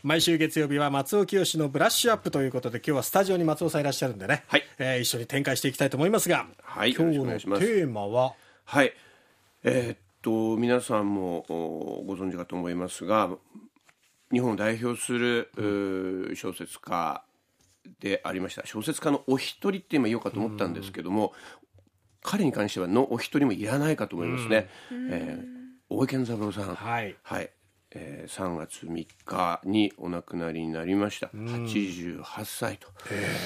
毎週月曜日は松尾清のブラッシュアップということで、今日はスタジオに松尾さんいらっしゃるんでね、 はい一緒に展開していきたいと思いますが、 はい、 今日のテよろしくお願いします。 ーマは、 はい、皆さんもご存知かと思いますが、日本を代表する、小説家でありました小説家のお一人って今言おうかと思ったんですけども、彼に関してはのお一人もいらないかと思いますね。大江健三郎さん、 はい 3月3日にお亡くなりになりました。88歳と、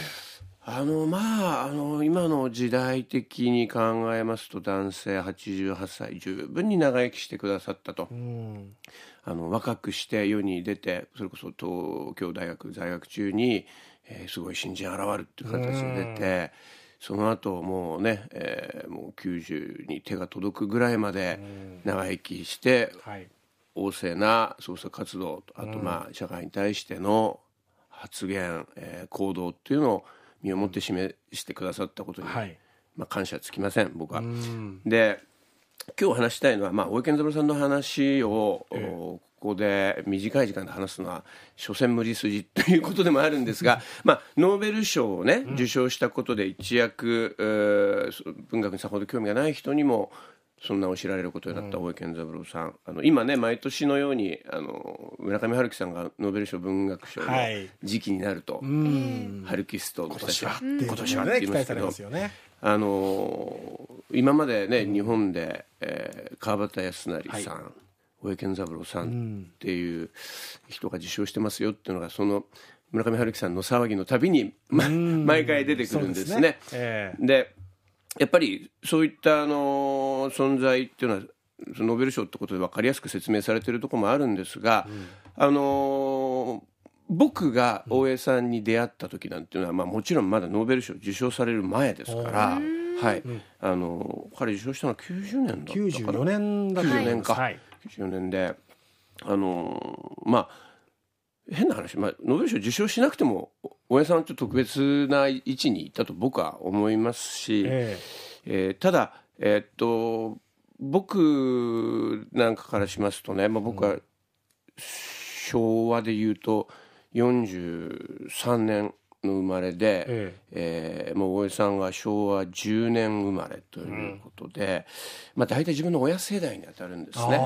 今の時代的に考えますと、男性88歳十分に長生きしてくださったと。若くして世に出て、それこそ東京大学在学中に、すごい新人現るっていう形で出て、その後もうね、もう90に手が届くぐらいまで長生きして、旺盛な創作活動と、あと社会に対しての発言、行動っていうのを身をもって示してくださったことに、感謝つきません、僕は。で、今日話したいのは、大江健三郎さんの話を、ここで短い時間で話すのは所詮無理筋ということでもあるんですが、ノーベル賞をね、受賞したことで一躍、文学にさほど興味がない人にもそんなを知られることになった大江健三郎さん、今ね、毎年のように村上春樹さんがノーベル賞文学賞の時期になると、春キストの人たちは今年はって言いますけど、今までね、日本で、川端康成さん、大江健三郎さんっていう人が受賞してますよっていうのが、その村上春樹さんの騒ぎのたびに、毎回出てくるんですね。で、やっぱりそういった存在っていうのはノーベル賞ってことで分かりやすく説明されているところもあるんですが、僕が大江さんに出会った時なんていうのは、もちろんまだノーベル賞受賞される前ですから、彼受賞したのは90年だったかな、 94年だと思います。 94年で、変な話、ノーベル賞受賞しなくても大江さんって特別な位置にいたと僕は思いますし、ただ、僕なんかからしますとね、僕は昭和でいうと43年の生まれで、もう大江さんが昭和10年生まれということで、大体自分の親世代に当たるんですね。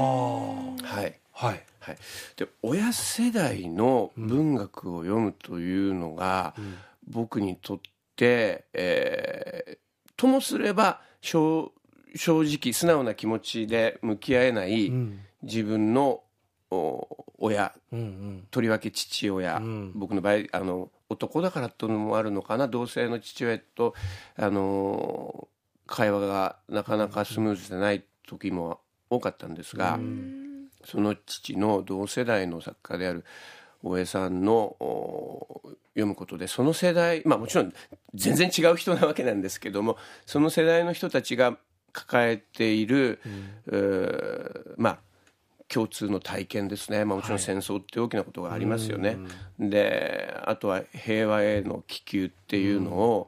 で、親世代の文学を読むというのが、僕にとって、ともすれば正直素直な気持ちで向き合えない、自分の親、とりわけ父親、僕の場合男だからというのもあるのかな、同性の父親と会話がなかなかスムーズでない時も多かったんですが、その父の同世代の作家である大江さんの読むことで、その世代、もちろん全然違う人なわけなんですけども、その世代の人たちが抱えている、共通の体験ですね。もちろん戦争って大きなことがありますよね。で、あとは平和への希求っていうのを、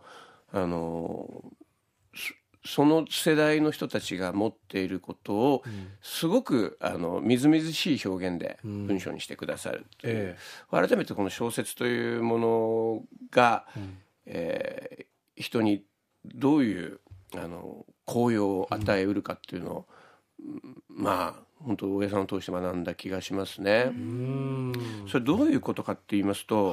その世代の人たちが持っていることをすごくみずみずしい表現で文章にしてくださるという、改めてこの小説というものが、人にどういう効用を与えうるかっていうのを、本当大江さんを通して学んだ気がしますね。それどういうことかって言いますと、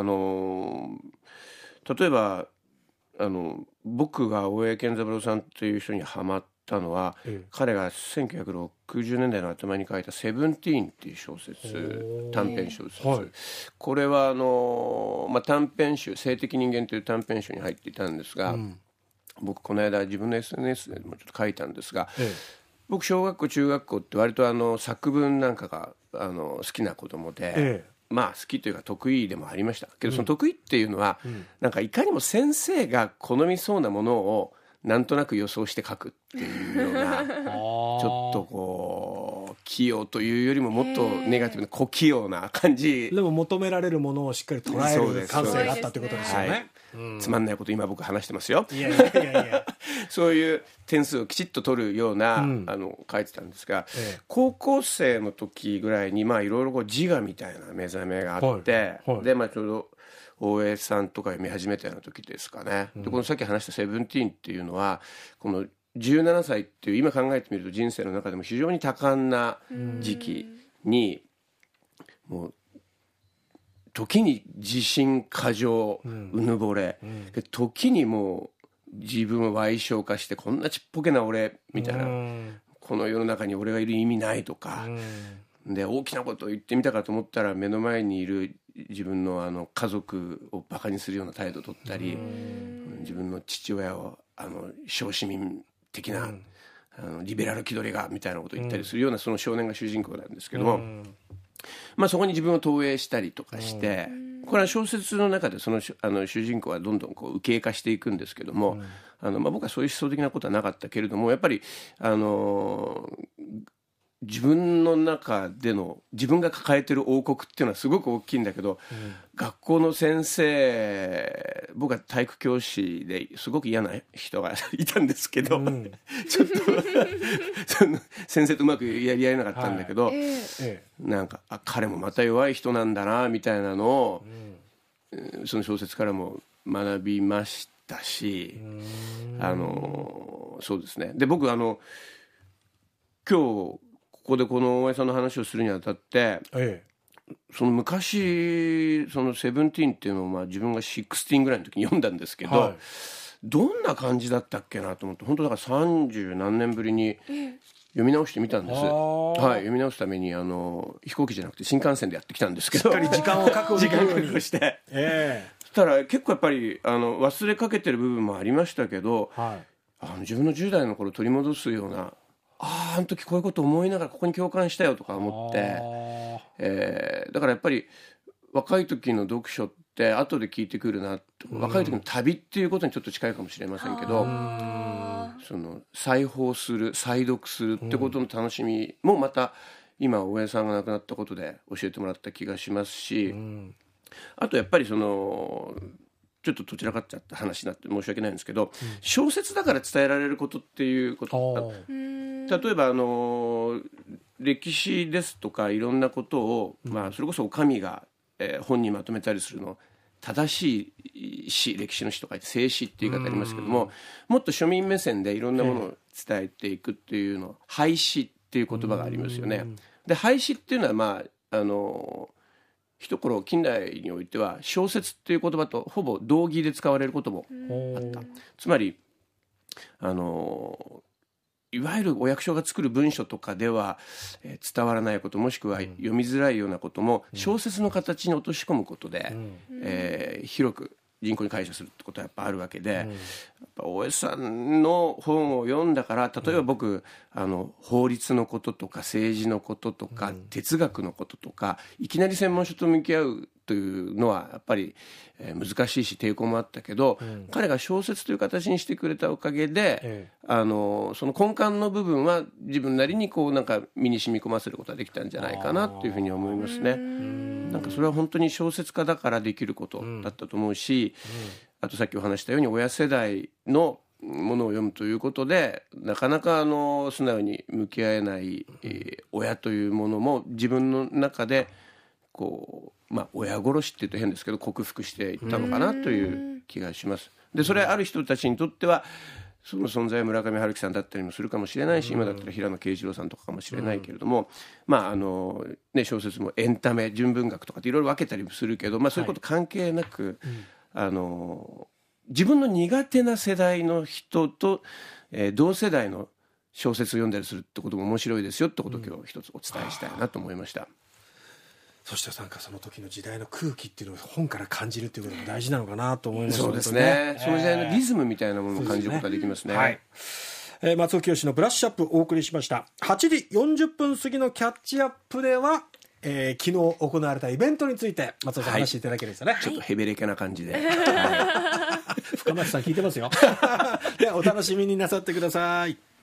例えば僕が大江健三郎さんという人にハマったのは、彼が1960年代の頭に書いた「セブンティーン」っていう小説、短編小説、これは短編集「性的人間」という短編集に入っていたんですが、僕この間自分の SNS でもちょっと書いたんですが、僕小学校中学校って割と作文なんかが好きな子供で、好きというか得意でもありましたけど、その得意っていうのは、なんかいかにも先生が好みそうなものをなんとなく予想して書くっていうようなちょっとこう器用というよりももっとネガティブな小器用な感じ。 でも求められるものをしっかり捉える感性があったということですよね。 つまんないこと今僕話してますよ。 いやいやいやいやそういう点数をきちっと取るような、書いてたんですが、高校生の時ぐらいにいろいろ自我みたいな目覚めがあって、でちょうど大江さんとか読み始めたような時ですかね。でこのさっき話したセブンティーンっていうのはこの17歳っていう今考えてみると人生の中でも非常に多感な時期にもう時に自信過剰、うぬぼれ、で時にもう自分を矮小化してこんなちっぽけな俺みたいな、この世の中に俺がいる意味ないとか、で大きなことを言ってみたかと思ったら目の前にいる自分の家族をバカにするような態度を取ったり、自分の父親を小市民的な、リベラル気取りがみたいなことを言ったりするようなその少年が主人公なんですけども、そこに自分を投影したりとかして、これは小説の中でその主人公はどんどんこう右傾化していくんですけども、僕はそういう思想的なことはなかったけれども、やっぱり自分の中での自分が抱えてる王国っていうのはすごく大きいんだけど、学校の先生、僕は体育教師ですごく嫌な人がいたんですけど、ちょっとその先生とうまくやり合えなかったんだけど、なんか彼もまた弱い人なんだなみたいなのを、その小説からも学びましたし、そうですね。で僕今日ここでこの大江さんの話をするにあたって、その昔そのセブンティーンっていうのを自分が16ぐらいの時に読んだんですけど、どんな感じだったっけなと思って、本当だから30何年ぶりに読み直してみたんです。読み直すために飛行機じゃなくて新幹線でやってきたんですけど、 しっかり時間を確保できるようにして、そしたら結構やっぱり忘れかけてる部分もありましたけど、自分の10代の頃取り戻すような、あの時こういうこと思いながらここに共感したよとか思って、だからやっぱり若い時の読書って後で聞いてくるな、若い時の旅っていうことにちょっと近いかもしれませんけど、その再訪する再読するってことの楽しみもまた今大江さんが亡くなったことで教えてもらった気がしますし、あとやっぱりそのちょっとどちらかっちゃった話になって申し訳ないんですけど、小説だから伝えられることっていうこと、例えば歴史ですとかいろんなことを、それこそお上が、本にまとめたりするの正しい詩、歴史の詩とか静詩っていう言い方ありますけども、もっと庶民目線でいろんなものを伝えていくっていうの、俳詩っていう言葉がありますよね。で俳詩っていうのは一頃近代においては小説っていう言葉とほぼ同義で使われることもあった。つまりいわゆるお役所が作る文書とかでは、伝わらないこと、もしくは読みづらいようなことも小説の形に落とし込むことで、広く人口に解釈するってことはやっぱあるわけで、やっぱ大江さんの本を読んだから、例えば僕法律のこととか政治のこととか、哲学のこととかいきなり専門書と向き合うというのはやっぱり難しいし抵抗もあったけど、彼が小説という形にしてくれたおかげで、その根幹の部分は自分なりにこうなんか身に染み込ませることができたんじゃないかなというふうに思いますね。なんかそれは本当に小説家だからできることだったと思うし、あとさっきお話したように親世代のものを読むということでなかなか素直に向き合えない、親というものも自分の中でこう、親殺しって言うと変ですけど克服していったのかなという気がします。でそれある人たちにとってはその存在は村上春樹さんだったりもするかもしれないし、今だったら平野啓一郎さんとかかもしれないけれども、小説もエンタメ純文学とかっていろいろ分けたりもするけど、そういうこと関係なく、自分の苦手な世代の人と、同世代の小説を読んだりするってことも面白いですよってことを今日一つお伝えしたいなと思いました。 そしてなんかその時の時代の空気っていうのを本から感じるっていうことが大事なのかなと思います。 そうですね、その時代のリズムみたいなものを感じることができますね。 松尾清のブラッシュアップお送りしました。8時40分過ぎのキャッチアップでは、昨日行われたイベントについて松尾さん話していただけるんですよね。 ちょっとヘベレケな感じで、 深町さん聞いてますよではお楽しみになさってください。